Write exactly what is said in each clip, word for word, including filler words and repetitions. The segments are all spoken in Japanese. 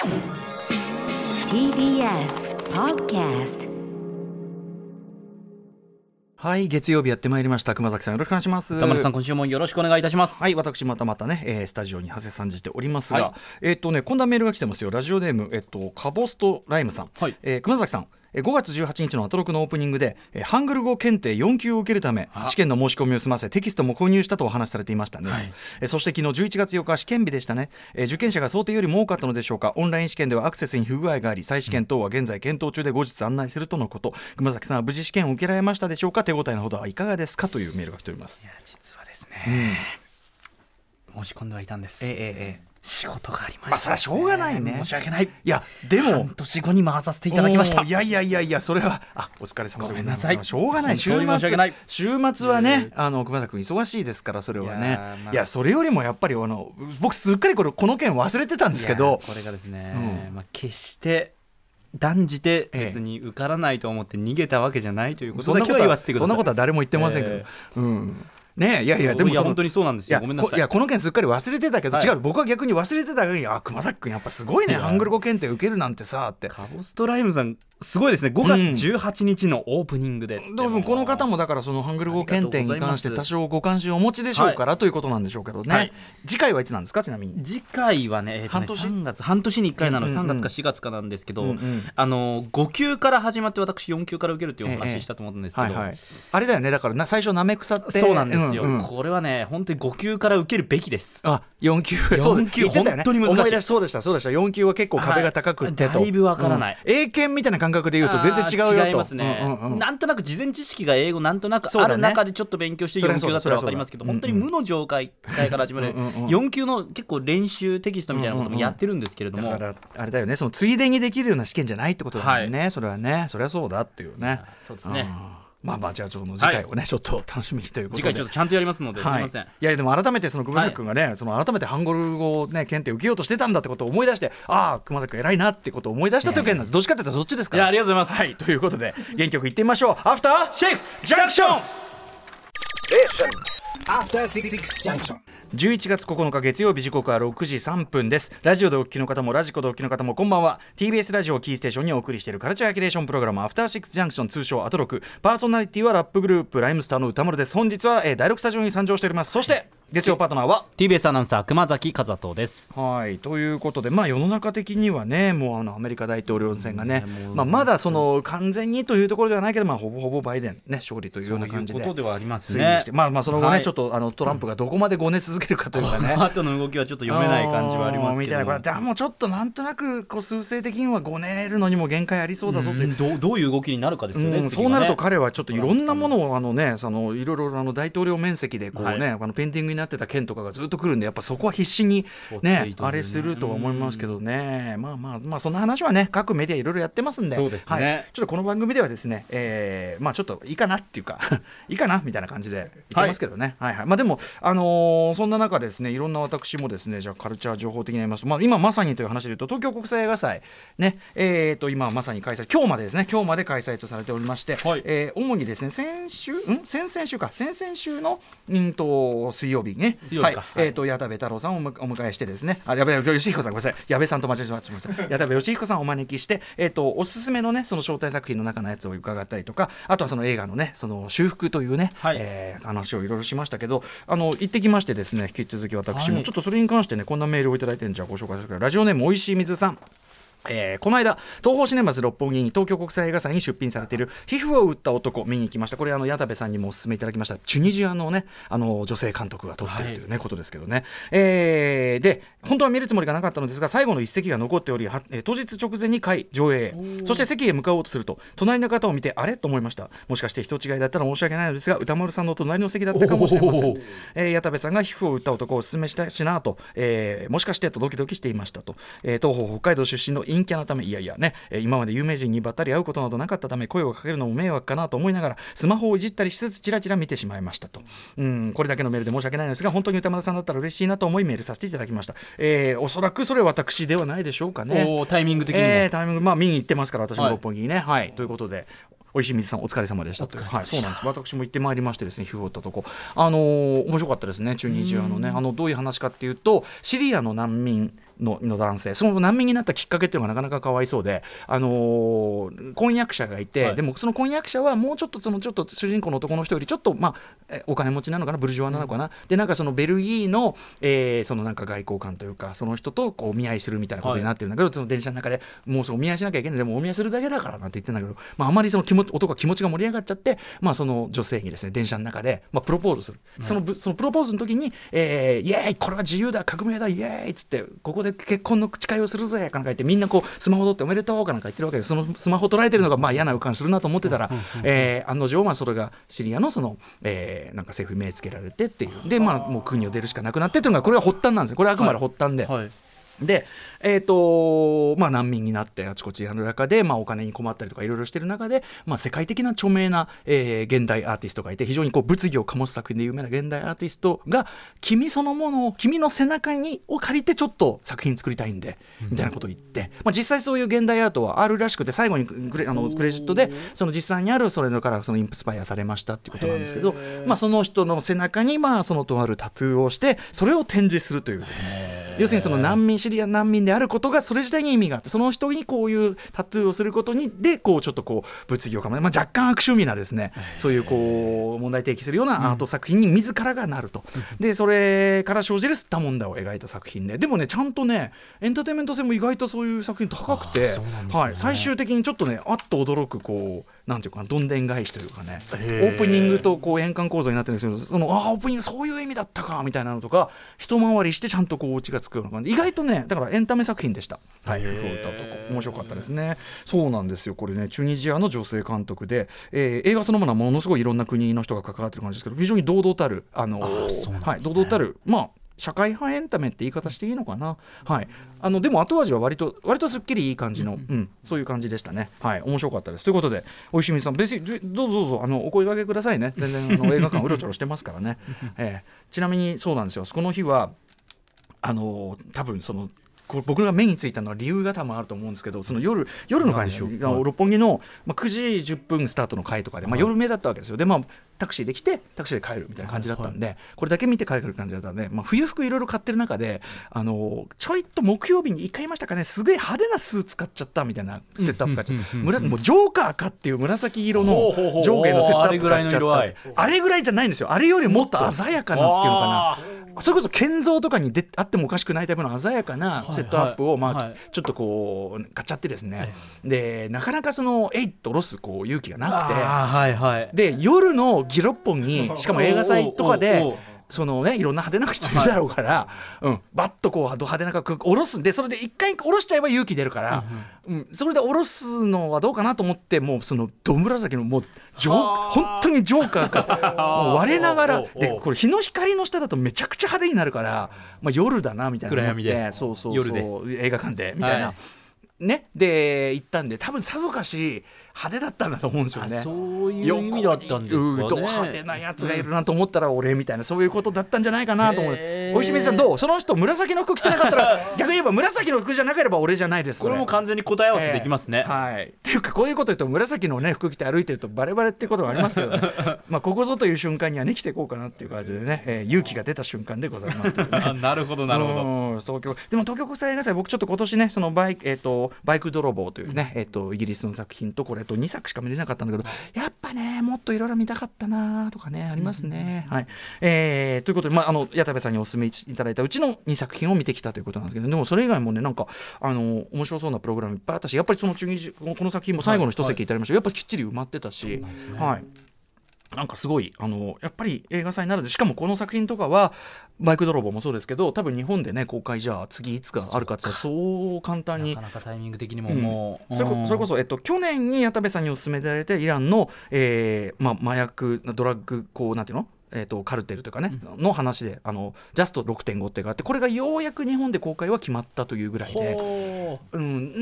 ティービーエス Podcast。 はい、月曜日やってまいりました。熊崎さんよろしくお願いします。 田丸さん今週もよろしくお願いいたします。 はい、私またまたね、えー、スタジオに長谷さんじておりますが、 はい、 えっ、ー、とねこんなメールが来てますよ。ラジオネーム、えっ、ー、とカボストライムさん、はい、えー、熊崎さん、ごがつじゅうはちにちのアトロクのオープニングで、えー、ハングル語検定よん級を受けるため試験の申し込みを済ませテキストも購入したとお話しされていましたね、はい、えー、そして昨日じゅういちがつようか試験日でしたね、えー、受験者が想定よりも多かったのでしょうか。オンライン試験ではアクセスに不具合があり再試験等は現在検討中で後日案内するとのこと。熊崎さんは無事試験を受けられましたでしょうか。手応えのほどはいかがですか、というメールが来ております。 いや実はですね、うん、申し込んではいたんです。 えーえー仕事がありました、ね、 まあそれはしょうがないね。 申し訳ない。いやでも半年後に回させていただきました。 いやいやいやいや、それはあお疲れ様でございます。 ごめんなさい。 しょうがない。週末週末はね、あの熊崎君忙しいですから、それはね。いや、まあ、いやそれよりもやっぱりあの僕すっかりこれこの件忘れてたんですけど、 これがですね、うん、まあ、決して断じて別に受からないと思って逃げたわけじゃないということだけは言わせてください。 そんなことは誰も言ってませんけど、えー、うんね、いやいやでもいや本当にそうなんですよ。ごめんなさい。 いやこの件すっかり忘れてたけど、はい、違う、僕は逆に忘れてたのに、あ熊崎君やっぱすごいね、ハングル語検定受けるなんてさって。 カボストライムさんすごいですね。ごがつじゅうはちにちのオープニングで、 うん、でもこの方もだからそのハングル語検定に関して多少ご関心をお持ちでしょうから、はい、ということなんでしょうけどね、はい、次回はいつなんですか。ちなみに次回はね、えー、とね半年さんがつ半年にいっかいなのでさんがつかしがつかなんですけど、うんうん、あのご級から始まって私よん級から受けるっていうお話したと思うんですけど、ええはいはい、 あれだよね、だからな最初なめくさって。 そうなんですよ、 うんうん、 これはね本当にご級から受けるべきです。 あよん級よん級本当に難しい。 思い出しそうでしたそうでした。よん級は結構壁が高くてと、 はい、だいぶわからない、 うん、英検みたいな感覚で言うと全然違うよと。 違いますね、うんうんうん、なんとなく事前知識が英語なんとなくある中でちょっと勉強してよん級だったら分かりますけど、本当に無の状態から始まるよん級の結構練習テキストみたいなこともやってるんですけれども、 だからあれだよね、そのついでにできるような試験じゃないってことだよね、はい、それはね、それはそうだっていうね。 そうですね。 まあまあじゃあちょっと次回をね、はい、ちょっと楽しみにということで、 次回ちょっとちゃんとやりますので、はい、すみません。いやでも改めてその熊崎君がね、はい、その改めてハングル語ね検定受けようとしてたんだってことを思い出して、ああ熊崎君偉いなってことを思い出したという件なんです。どっちかって言ったらそっちですから。 いやありがとうございます。 はい、ということで元気よくいってみましょう。アフターシックスジャンクション。じゅういちがつここのか月曜日、時刻はろくじさんぷんです。ラジオでお聞きの方もラジコでお聞きの方もこんばんは。 ティービーエス ラジオをキーステーションにお送りしているカルチャーキュレーションプログラムアフターシックスジャンクション、通称アトロク。パーソナリティはラップグループライムスターの歌丸です。本日は、えー、だいろくスタジオに参上しております。そして月曜パートナーはティービーエス アナウンサー熊崎和人です。 はいということで、まあ世の中的にはね、もうあのアメリカ大統領選がね、まあ、まだその完全にというところではないけど、まあ、ほぼほぼバイデン、ね、勝利というような感じで、 そういうことではありますね。 まあまあその後ね、 はい、 ちょっとあのトランプがどこまでごね続けるかというかね、 この後の動きはちょっと読めない感じはありますけど、 みたいな、これでもちょっとなんとなくこう数勢的にはごねるのにも限界ありそうだぞという、 うん、ど, どういう動きになるかですよね、 うん、そうなると彼はちょっといろんなものをあの、ね、そのいろいろあの大統領面積でこう、ね、はい、あのペンディングになってた件とかがずっと来るんで、やっぱそこは必死に、ねね、あれするとは思いますけどね、まあまあまあそんな話はね各メディアいろいろやってますんで、 そうですね、 はい、ちょっとこの番組ではですね、えー、まあちょっといいかなっていうかいいかなみたいな感じで言ってますけどね、はいはいはい、まあ、でも、あのー、そんな中ですね、いろんな私もですね、じゃあカルチャー情報的に言いますと、まあ、今まさにという話で言うと東京国際映画祭ね、えー、と今まさに開催、今日までですね、今日まで開催とされておりまして、はい、えー、主にですね先週ん先々週か先々週のんと水曜日ね、 水曜日か、 はい、えー、と矢田部太郎さんをお迎えしてですね、あ矢部義彦さんごめんなさい、矢部さんと間違えました矢田部義彦さんをお招きして、えー、とおすすめのねその招待作品の中のやつを伺ったりとか、あとはその映画のねその修復というね、はい、えー、話をいろいろしましたけど、あの行ってきましてですね、引き続き私もちょっとそれに関してねこんなメールをいただいてるんで、じゃあご紹介しますけど、ラジオネームおいしい水さん、えー、この間東宝シネマズ六本木に東京国際映画祭に出品されている皮膚を打った男見に行きました。これあの矢田部さんにもお勧めいただきましたチュニジアのねあの女性監督が撮っているという、ね、はい、ことですけどね、えー、で本当は見るつもりがなかったのですが最後の一席が残っており、えー、当日直前に開上映、そして席へ向かおうとすると隣の方を見てあれと思いました。もしかして人違いだったら申し訳ないのですが歌丸さんの隣の席だったかもしれません。えー、矢田部さんが皮膚を打った男をお勧めしたしなと、えー、もしかしてとドキドキしていましたと、えー、東宝北海道出身の陰キャのためいやいやね、今まで有名人にばったり会うことなどなかったため声をかけるのも迷惑かなと思いながらスマホをいじったりしつつチラチラ見てしまいましたと。うん、これだけのメールで申し訳ないのですが本当に歌丸さんだったら嬉しいなと思いメールさせていただきました。えー、おそらくそれは私ではないでしょうかね。 おタイミング的にも、 えー、タイミング、まあ見に行ってますから私も六本木にね、はい、はい、ということでおいしい水さんお疲れ様でしたという、はい、そうなんです。私も行ってまいりましてですね、皮膚を打ったとこ、あのー、面白かったですね。チュニジアのね、あのどういう話かっていうと、シリアの難民の, の男性、その難民になったきっかけっていうのがなかなかかわいそうで、あのー、婚約者がいて、はい、でもその婚約者はもうちょっとそのちょっと主人公の男の人よりちょっと、まあ、お金持ちなのかな、ブルジョワなのかな、うん、でなんかそのベルギーの、えー、そのなんか外交官というかその人とこうお見合いするみたいなことになってるんだけど、はい、その電車の中でもうそのお見合いしなきゃいけない、でもお見合いするだけだからなんて言ってんだけど、まあ、あまりその気持ち男が気持ちが盛り上がっちゃって、まあ、その女性にですね電車の中で、まあ、プロポーズする、はい、そのそのプロポーズの時に、えー、イエーイこれは自由だ革命だイエーイっつってここで結婚の誓いをするぜかなんか言ってみんなこうスマホ取っておめでとうかなんか言ってるわけで、そのスマホ取られてるのがまあ嫌な予感するなと思ってたら、えー、案の定まあそれがシリアのその、えー、なんか政府に目つけられてっていうで、まあもう国を出るしかなくなってっていうのがこれは発端なんですよ。これはあくまで発端で、はいはいでえーとまあ、難民になってあちこちやる中で、まあ、お金に困ったりとかいろいろしてる中で、まあ、世界的な著名な、えー、現代アーティストがいて非常にこう物議を醸す作品で有名な現代アーティストが君そのものを君の背中にを借りてちょっと作品作りたいんで、うん、みたいなことを言って、まあ、実際そういう現代アートはあるらしくて最後にク レ, あのクレジットでその実際にあるそれからそのインスパイアされましたっていうことなんですけど、まあ、その人の背中にまあそのとあるタトゥーをしてそれを展示するというですね、要するにその難民シリア難民であることがそれ自体に意味があって、その人にこういうタトゥーをすることにでこうちょっとこう物議をかま、まあ、若干悪趣味なですねそういうこう問題提起するようなアート作品に自らがなると、うん、でそれから生じる吸ったもんだを描いた作品で、でもねちゃんとねエンターテインメント性も意外とそういう作品高くて、ねはい、最終的にちょっとねあっと驚くこうなんていうかなどんでん返しというかね、オープニングとこう円環構造になってるんですけど、そのあオープニングそういう意味だったかみたいなのとか一回りしてちゃんとこうオチがつくような感じ、意外とねだからエンタメ作品でした。はい、歌とか面白かったですね。そうなんですよ。これねチュニジアの女性監督で、えー、映画そのものはものすごいいろんな国の人が関わってる感じですけど、非常に堂々たるあのーねはい、堂々たるまあ社会派エンタメって言い方していいのかな、はい、あのでも後味は割と割とすっきりいい感じの、うんうん、そういう感じでしたね。はい、面白かったです。ということでおいしみさん別にどうぞどうぞあのお声掛けくださいね。全然あの映画館うろちょろしてますからね、えー、ちなみにそうなんですよ。この日はあの多分その僕が目についたのは理由が多分あると思うんですけど、その 夜, 夜の回に、はい、六本木の、まあ、くじじゅっぷんスタートの回とかで、まあ、夜目だったわけですよ。で、まあ、タクシーで来てタクシーで帰るみたいな感じだったんで、はいはい、これだけ見て帰る感じだったんで、まあ、冬服いろいろ買ってる中であのちょいと木曜日にいっかいいましたかね、すごい派手なスーツ買っちゃったみたいなセットアップ買っちゃった、もうジョーカーかっていう紫色の上下のセットアップ買っちゃった。あれぐらいじゃないんですよ。あれよりもっと鮮やかなっていうのかな、それこそ建造とかにであってもおかしくないタイプの鮮やかなセットアップを、まあはいはい、ちょっとこう買っちゃってですね、はい、でなかなかそのえいっと下ろすこう勇気がなくて、 はいはい、 で夜のギロッポンにしかも映画祭とかでそのねいろんな派手な人いるだろうから、はいうん、バッとこう派手なく下ろすんで、それで一回下ろしちゃえば勇気出るから、うんうん、それで下ろすのはどうかなと思って、もうそのど紫のもうジョ本当にジョーカーかもう割れながらで、これ日の光の下だとめちゃくちゃ派手になるから、まあ、夜だなみたいな暗闇でそうそうそう夜で映画館でみたいな、はいね、で行ったんで多分さぞかし派手だったんだと思うんですよね。 そういう意味だったんですかね。 派手なやつがいるなと思ったら俺みたいな、そういうことだったんじゃないかなと思う。おいしみさんどう？その人紫の服着てなかったら逆に言えば紫の服じゃなければ俺じゃないです。 これも完全に答え合わせできますね、 えー、はいっていうかこういうこと言うと紫の、ね、服着て歩いてるとバレバレっていうことがありますけどねまあここぞという瞬間にはね来ていこうかなっていう感じでね、えー、勇気が出た瞬間でございますけど、ね、 なるほどなるほど。 東京でも東京国際映画祭僕ちょっと今年ねそのバイ、えー、とバイク泥棒というね、えー、とイギリスの作品とこれとにさくしか見れなかったんだけど、やっぱねもっといろいろ見たかったなとかねありますね、はいえー、ということで、まあ、あの矢田部さんにお勧めいただいたうちのにさく品を見てきたということなんですけど、でもそれ以外もねなんかあの面白そうなプログラムいっぱいあったし、やっぱりその中日この作品も最後の一席いただきました、はいはい、やっぱりきっちり埋まってたし、ね、はいなんかすごいあのやっぱり映画祭になるんで、しかもこの作品とかはバイク泥棒もそうですけど多分日本でね公開じゃあ次いつかあるかってそう簡単になかなかタイミング的にももう、 うん、それこそれこそ、えっと、去年に矢田部さんにお勧めいただいてイランの、えーまあ、麻薬ドラッグこうなんていうのえー、とカルテルというかね、うん、の話であのジャスト ろくてんご っていうのがあって、これがようやく日本で公開は決まったというぐらいで、うん、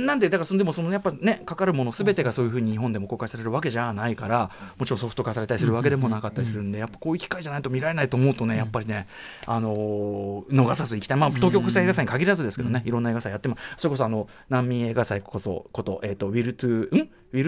なんでだからそのでもそのやっぱねかかるもの全てがそういう風に日本でも公開されるわけじゃないから、もちろんソフト化されたりするわけでもなかったりするんで、やっぱこういう機会じゃないと見られないと思うとねやっぱりね、あのー、逃さず行きたい、まあ、東京国際映画祭に限らずですけどね、いろんな映画祭やってもそれこそあの難民映画祭こそこと、えー、とウィルトゥんウィル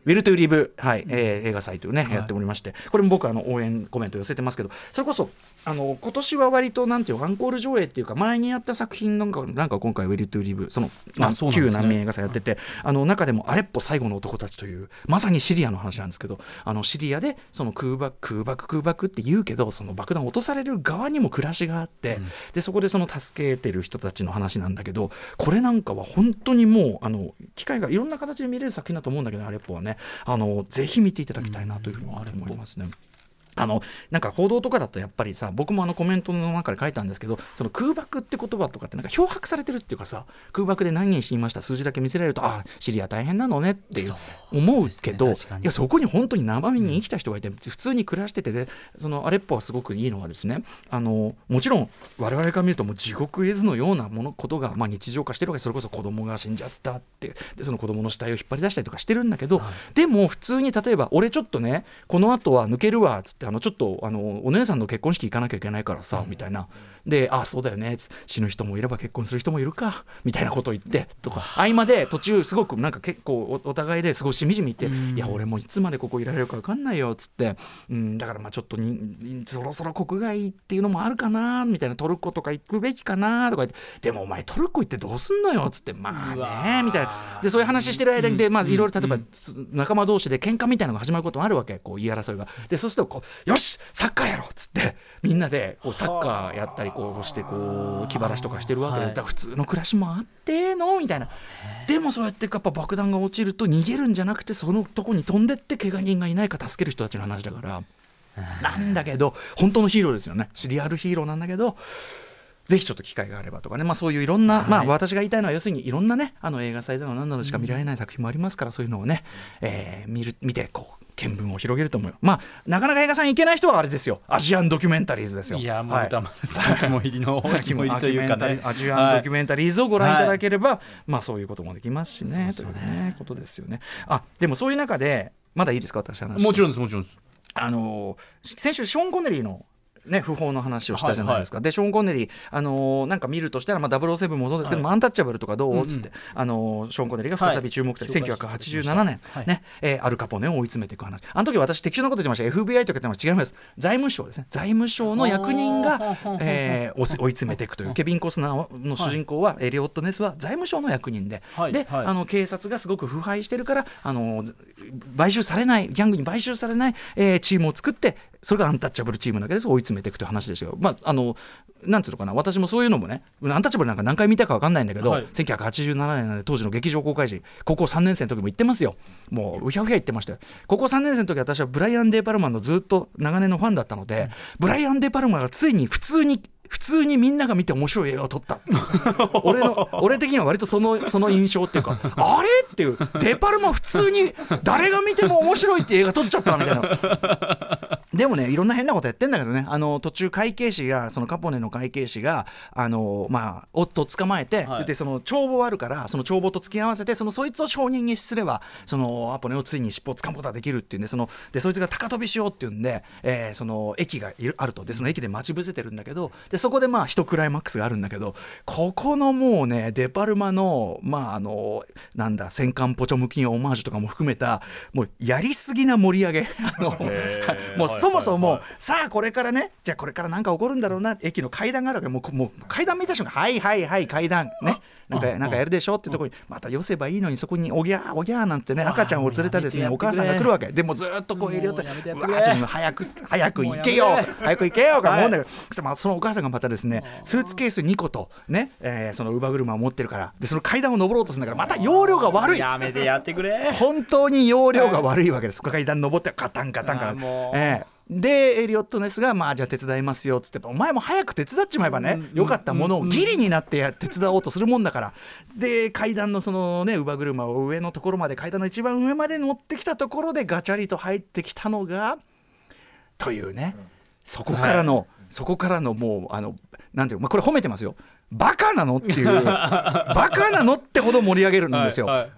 ウィル・トゥ・リブ、はいえー、映画祭というね、はい、やっておりまして、これも僕あの応援コメント寄せてますけど、それこそあの今年は割となんていうアンコール上映っていうか、前にやった作品なんかなんか今回ウィル・トゥ・リブその、まあ、旧難民映画祭やってて、あの中でもアレッポ最後の男たちというまさにシリアの話なんですけど、あのシリアでその空爆空爆空爆って言うけど、その爆弾落とされる側にも暮らしがあって、うん、でそこでその助けてる人たちの話なんだけど、これなんかは本当にもうあの機会がいろんな形で見れる作品だと思うんだけど、アレッポはね、あのぜひ見ていただきたいなというふうに思いますね。あのなんか報道とかだとやっぱりさ、僕もあのコメントの中で書いたんですけど、その空爆って言葉とかってなんか漂白されてるっていうかさ、空爆で何人死にました数字だけ見せられると、ああシリア大変なのねっていう思うけど、ね、いやそこに本当に生身に生きた人がいて普通に暮らしてて、でそのアレッポはすごくいいのはですね、あのもちろん我々から見るともう地獄絵図のようなものことが、まあ、日常化してるわけ。それこそ子供が死んじゃったって、でその子供の死体を引っ張り出したりとかしてるんだけど、はい、でも普通に例えば俺ちょっとねこの後は抜けるわっつって、あのちょっとあのお姉さんの結婚式行かなきゃいけないからさ、うん、みたいなで、あそうだよね、死ぬ人もいれば結婚する人もいるかみたいなことを言ってとか、合間で途中すごくなんか結構 お, お互いですごいしみじみ言って、うん、いや俺もいつまでここいられるか分かんないよっつって、うん、だからまあちょっとにそろそろ国外っていうのもあるかなみたいな、トルコとか行くべきかなとか言って、でもお前トルコ行ってどうすんのよっつって、まあねみたいな、でそういう話してる間にで、まあいろいろ例えば仲間同士で喧嘩みたいなのが始まることもあるわけ、こう言い争いが。でそうするとこうよしサッカーやろうっつってみんなでこうサッカーやったりこうしてこう気晴らしとかしてるわけで、はい、だから普通の暮らしもあってのみたいな。でもそうやってやっぱ爆弾が落ちると逃げるんじゃなくて、そのとこに飛んでって怪我人がいないか助ける人たちの話だから、なんだけど本当のヒーローですよね。リアルヒーローなんだけど、ぜひちょっと機会があればとかね、まあ、そういういろんな、はい、まあ、私が言いたいのは要するにいろんなねあの映画祭での何などしか見られない作品もありますから、うん、そういうのをね、えー、見る見てこう見聞を広げると思うよ。まあなかなか映画さん行けない人はあれですよ、アジアンドキュメンタリーズですよ。 いやもう歌丸さん肝入りの肝入りというかね、 アジアンドキュメンタリーズをご覧いただければ、はい、まあそういうこともできますしね、というねことですよね。あでもそういう中でまだいいですか、私話。 もちろんですもちろんです。 あの先週ショーン・コネリーのね、訃報の話をしたじゃないですか、はいはい、でショーン・コネリー、あのー、なんか見るとしたら、まあ、ダブルオーセブンもそうですけど、はい、アンタッチャブルとかどう、うんうん、つって、あのー、ショーン・コネリーが再び注目され、はい、せんきゅうひゃくはちじゅうななねん、はいねえー、アルカポネを追い詰めていく話。あの時私適当なこと言ってました。 エフビーアイ とか言ってました。違います。財務省ですね。財務省の役人が、えー、追い詰めていくという。ケビン・コスナーの主人公は、はい、エリオット・ネスは財務省の役人で、はい、で、はい、あの警察がすごく腐敗してるから、あのー、買収されないギャングに買収されない、えー、チームを作って、それがアンタッチャブルチームだけです追い詰めていくという話ですよ。まああのなんていうのかな、私もそういうのもね、アンタッチャブルなんか何回見たか分かんないんだけど、はい、せんきゅうひゃくはちじゅうななねんなんで当時の劇場公開時、高校さんねん生の時も行ってますよ。もううひゃうひゃ言ってましたよ。高校さんねん生の時私はブライアン・デ・パルマンのずっと長年のファンだったので、うん、ブライアン・デ・パルマンがついに普通に普通にみんなが見て面白い映画を撮った俺の俺的には割とそのその印象っていうか、あれっていう、デ・パルマ普通に誰が見ても面白いって映画撮っちゃったみたいな。でもね、いろんな変なことやってんだけどね、あの途中会計士が、そのカポネの会計士があの、まあ、夫を捕まえて、はい、でその帳簿あるから、その帳簿と付き合わせて、そのそいつを証人にすれば、そのアポネをついに尻尾を掴むことができるっていうんで、そのでそいつが高飛びしようっていうんで、えー、その駅がいるあると。でその駅で待ち伏せてるんだけど、でそこでまあ一クライマックスがあるんだけど、ここのもうねデ・パルマのまああのなんだ戦艦ポチョムキンオマージュとかも含めた、もうやりすぎな盛り上げあのもうそもそも、はいはいはい、さあこれからね、じゃあこれから何か起こるんだろうな、駅の階段があるわけ。もう、もう階段見た瞬間、はいはいはい階段ね、なんかなんかやるでしょってところにまた寄せばいいのに、そこにおぎゃーおぎゃーなんてね、赤ちゃんを連れたですねお母さんが来るわけで、もずっとこう入れよって、うわちょっと早く早く行けよ早く行けよか思うんだけど、はい、そのお母さんがまたですねスーツケースにことね、えー、その乳母車を持ってるから、でその階段を登ろうとするんだから、また容量が悪い。 やめてやってくれ。 本当に容量が悪いわけです。階段登ってカタンカタンから、えーでエリオット・ネスが、まあ、じゃあ手伝いますよっつって、お前も早く手伝っちまえばね、うん、よかったものをギリになってや手伝おうとするもんだから、で階段のそのね乳母車を上のところまで、階段の一番上まで乗ってきたところでガチャリと入ってきたのがというね、うん、そこからの、はい、そこからのもうあのなんていう、まあ、これ褒めてますよ。バカなのっていうバカなのってほど盛り上げるんですよ、はいはい。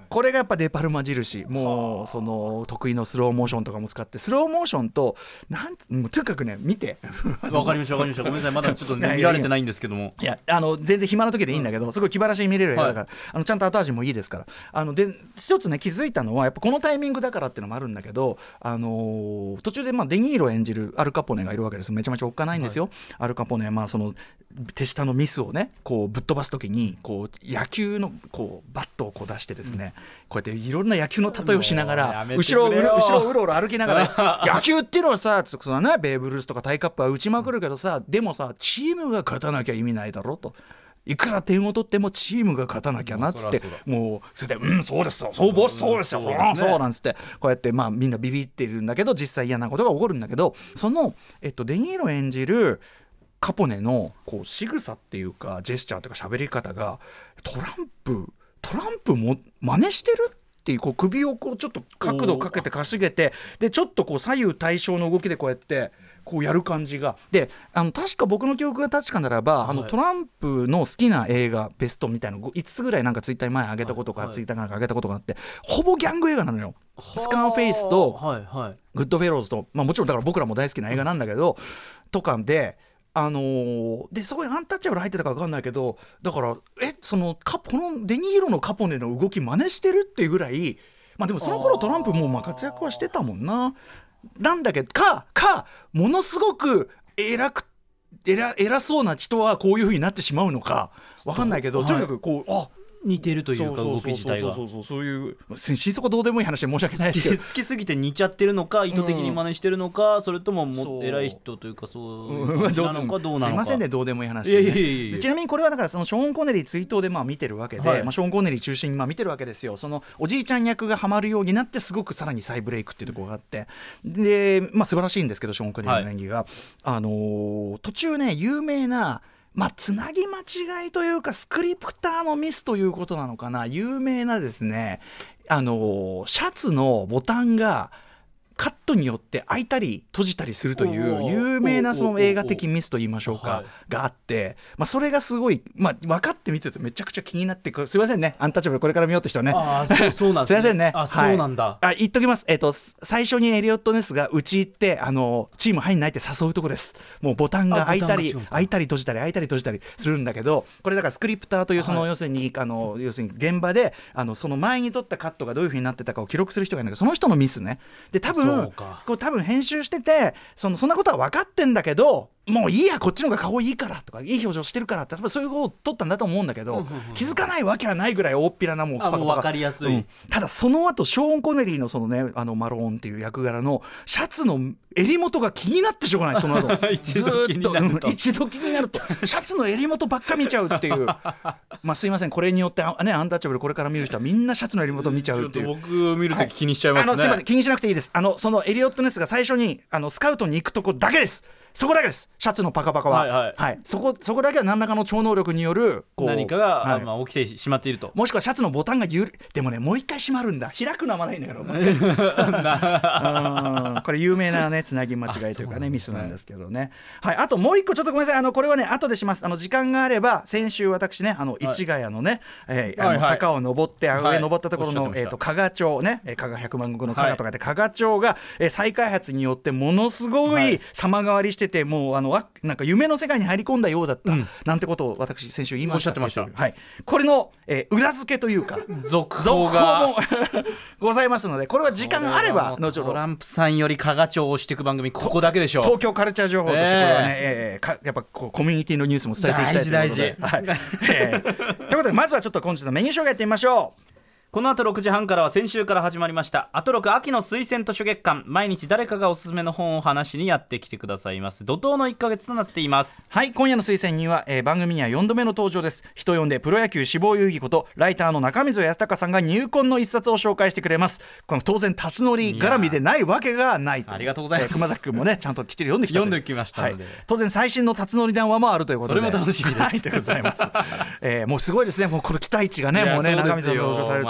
これがやっぱデパルマ印、もうその得意のスローモーションとかも使って、スローモーションとなんもうとにかくね見てわかりましたわかりました、ごめんなさいまだちょっと、ね、見られてないんですけども、 いやあの全然暇な時でいいんだけど、うん、すごい気晴らしに見れる映画だから、はい、あのちゃんと後味もいいですから。あので一つね気づいたのはやっぱこのタイミングだからっていうのもあるんだけど、あのー、途中でまあデニーロ演じるアルカポネがいるわけです。めちゃめちゃおっかないんですよ、はい、アルカポネはまあその手下のミスをねこうぶっ飛ばす時にこう野球のこうバットをこう出してですね、うん、こうやっていろんな野球の例えをしながら後ろをうろ後ろをうろうろ歩きながら野球っていうのはさその、ね、ベーブ・ルースとかタイカップは打ちまくるけどさ、でもさチームが勝たなきゃ意味ないだろと、いくら点を取ってもチームが勝たなきゃなっつって、もうそれでうんそうですよそうボスそうですよそうなんつってこうやってまあみんなビビってるんだけど、実際嫌なことが起こるんだけど、そのえっとデニーロ演じるカポネのこう仕草っていうかジェスチャーとか喋り方がトランプトランプも真似してるっていう、こう首をこうちょっと角度かけてかしげて、でちょっとこう左右対称の動きでこうやってこうやる感じがで、あの確か僕の記憶が確かならば、はい、あのトランプの好きな映画ベストみたいなのいつつぐらいなんかツイッターに前上げたことか、はい、ツイッターなんか上げたことがあって、ほぼギャング映画なのよ。スカーフェイスと、はいはい、グッドフェローズと、まあ、もちろんだから僕らも大好きな映画なんだけど、うん、とかであのー、ですごいアンタッチャブル入ってたか分かんないけど、だからえそのカこのデニーロのカポネの動き真似してるっていうぐらい、まあでもその頃トランプもまあ活躍はしてたもんな。なんだけどかかものすごく偉く偉偉そうな人はこういう風になってしまうのか分かんないけど、とにかくこうあ似てるというか動き自体がそうそうそうそうそういう心底どうでもいい話で申し訳ないですけど好きすぎて似ちゃってるのか意図的に真似してるのか、うん、それともも偉い人というかそういう感じなのかどうなのか、 すいませんねどうでもいい話で、ね、いやいやいやでちなみにこれはだからそのショーン・コネリー追悼でまあ見てるわけで、はいまあ、ショーン・コネリー中心にまあ見てるわけですよ。そのおじいちゃん役がハマるようになってすごくさらに再ブレイクっていうところがあってで、まあ、素晴らしいんですけどショーン・コネリーの演技が、はいあのー、途中ね有名なまあ、つなぎ間違いというかスクリプターのミスということなのかな、有名なですねあのシャツのボタンがカットによって開いたり閉じたりするという有名なその映画的ミスと言いましょうかがあって、まあ、それがすごい、まあ、分かって見ててめちゃくちゃ気になってくる。すいませんねアンタッチャブルこれから見ようって人はね。 あそうそうなんですねすいませんねあそうなんだ、 はい、あ言っときます、えーと、最初にエリオット・ネスがうち行ってあのチーム入んないって誘うとこです。もうボタンが開いたり開いたり閉じたり開いたり閉じたりするんだけど、これだからスクリプターというその、はい、要するにあの要するに現場であのその前に撮ったカットがどういう風になってたかを記録する人がいるんだけど、その人のミスね。で多分そうかこう多分編集してて そのそんなことは分かってんだけどもういいやこっちの方が顔いいからとかいい表情してるからってそういう方を撮ったんだと思うんだけど、気づかないわけはないぐらい大っぴらなもうあもう分かりやすい、うん、 ただその後ショーン・コネリーのそのねあのマローンっていう役柄のシャツの襟元が気になってしょうがない。その後一度気になると、 うん、一度気になるとシャツの襟元ばっか見ちゃうっていうまあすいませんこれによってねアンタッチャブルこれから見る人はみんなシャツの襟元見ちゃうっていう。 ちょっと僕見るとき気にしちゃいますね、 はい、あのすいません気にしなくていいです。あのそのエリオット・ネスが最初にあのスカウトに行くとこだけです。そこだけです。シャツのパカパカは、はいはいはい、そこそこだけは何らかの超能力によるこう何かが、はいまあ、起きてしまっていると。 もしくはシャツのボタンがゆるでもねもう一回閉まるんだ。開くのはまだいいんだけどもう一回これ有名なねつなぎ間違いというかねミスなんですけどね、はい、あともう一個ちょっとごめんなさいあのこれはね後でします。あの時間があれば先週私ねあの市ヶ谷のね、はいえー、あのはいはい、坂を登って上登ったところの、はいえー、と加賀町ね加賀百万石の加賀とかで、はい、加賀町が、えー、再開発によってものすごい様変わりしててもうあのなんか夢の世界に入り込んだようだった、うん、なんてことを私先週言いました。 おっしゃってました、 はい、これの、えー、裏付けというか続報がもございますのでこれは時間あれば後ほどトランプさんより加賀町を押していく番組ここだけでしょう。 東京カルチャー情報としてこれはね、えー、かやっぱこうコミュニティのニュースも伝えていきたいということで大事大事、 はいえー、ということでまずはちょっと本日のメニュー紹介やってみましょう。 この後ろくじはんからは先週から始まりましたアトロク秋の推薦図書月間、毎日誰かがおすすめの本を話しにやってきてくださいます。怒涛のいっかげつとなっています。 はい、今夜の推薦人は、えー、番組にはよんどめの登場です。人呼んでプロ野球志望遊戯ことライターの中溝康隆さんが入魂の一冊を紹介してくれます。この当然辰徳絡みでないわけがないと。 ありがとうございます。 熊崎君もねちゃんときっちり読んできた読んできましたので、 はい、当然最新の辰徳談話もあるということでそれも楽しみです。 はい、でございます、えー、もうすごいですねもうこの期待値がねもうね中溝さん登場されると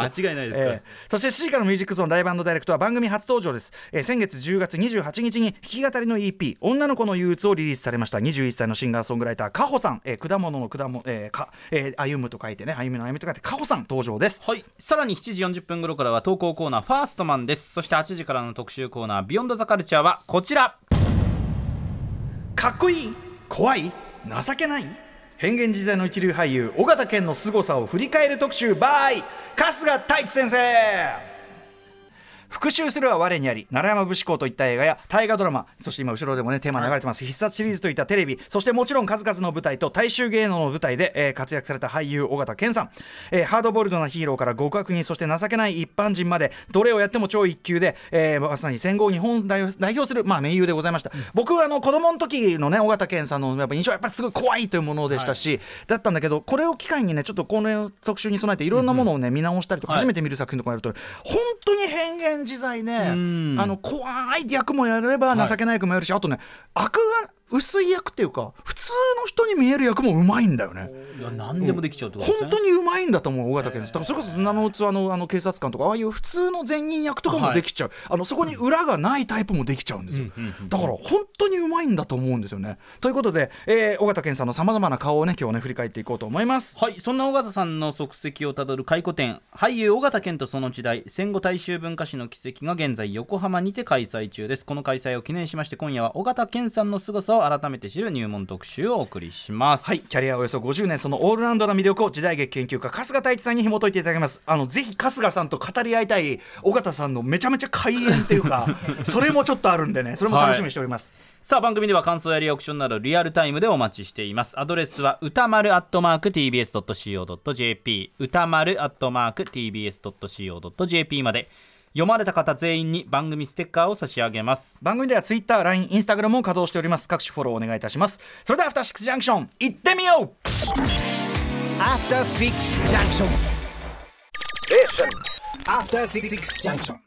違いないですか、 えー、そしてしちじからのミュージックゾーンライブ&ダイレクトは番組初登場です、えー、先月じゅうがつにじゅうはちにちに弾き語りの イーピー 女の子の憂鬱をリリースされました。にじゅういっさいのシンガーソングライターかほさん、えー、果物の果物、えーかえー、歩むと書いてね、歩みの歩みと書いてかほさん登場です。 はい、さらにしちじよんじゅっぷん頃からは投稿コーナーファーストマンです。そしてはちじからの特集コーナービヨンドザカルチャーはこちら。 かっこいい、怖い、情けない、変幻自在の一流俳優尾形健の凄さを振り返る特集 by 春日太一先生。復讐するは我にあり、奈良山節子といった映画や大河ドラマ、そして今後ろでもねテーマ流れてます、はい、必殺シリーズといったテレビ、そしてもちろん数々の舞台と大衆芸能の舞台で、えー、活躍された俳優尾形健さん、えー、ハードボイルドなヒーローから極悪人、そして情けない一般人までどれをやっても超一級で、えー、まさに戦後を日本を代表する、まあ、名優でございました、うん、僕はあの子供の時のね尾形健さんのやっぱ印象はやっぱりすごい怖いというものでしたし、はい、だったんだけど、これを機会にねちょっとこの特集に備えていろんなものをね、うん、見直したりとか、はい、初めて見る作品とかやると本当に変幻自在ね、あの怖い役もやれば情けない役もやるし、はい、あとね悪が薄い役っていうか普通の人に見える役もうまいんだよね。 いや何でもできちゃうってことですね、 本当にうまいんだと思う尾形健さん。だからそれこそ砂の器のあの警察官とかああいう普通の善人役とかもできちゃう、はい、あのそこに裏がないタイプもできちゃうんですよ、うんうんうん、だから本当にうまいんだと思うんですよね。ということで、えー、尾形健さんのさまざまな顔をね今日ね振り返っていこうと思います。 はい、そんな尾形さんの足跡をたどる回顧展、俳優尾形健とその時代戦後大衆文化史の軌跡が現在横浜にて開催中です。この開催を記念しまして今夜は尾形健さんの凄さを改めて知る入門特集をお送りします。 はい、キャリアおよそごじゅうねん、そのオールラウンドな魅力を時代劇研究家春日太一さんに紐解いていただきます。あのぜひ春日さんと語り合いたい尾形さんのめちゃめちゃ開演っていうかそれもちょっとあるんでね、それも楽しみにしております、 はい、さあ番組では感想やリアクションなどリアルタイムでお待ちしています。アドレスは歌丸アットマーク ティービーエスドットシーオードットジェーピー 歌丸アットマーク ティービーエスドットシーオードットジェーピー まで読まれた方全員に番組ステッカーを差し上げます。 番組では Twitter、ライン、Instagram も稼働しております。各種フォローお願いいたします。それではアフターシックスジャンクション行ってみよう。 アフターシックスジャンクション。アフターシックスジャンクション。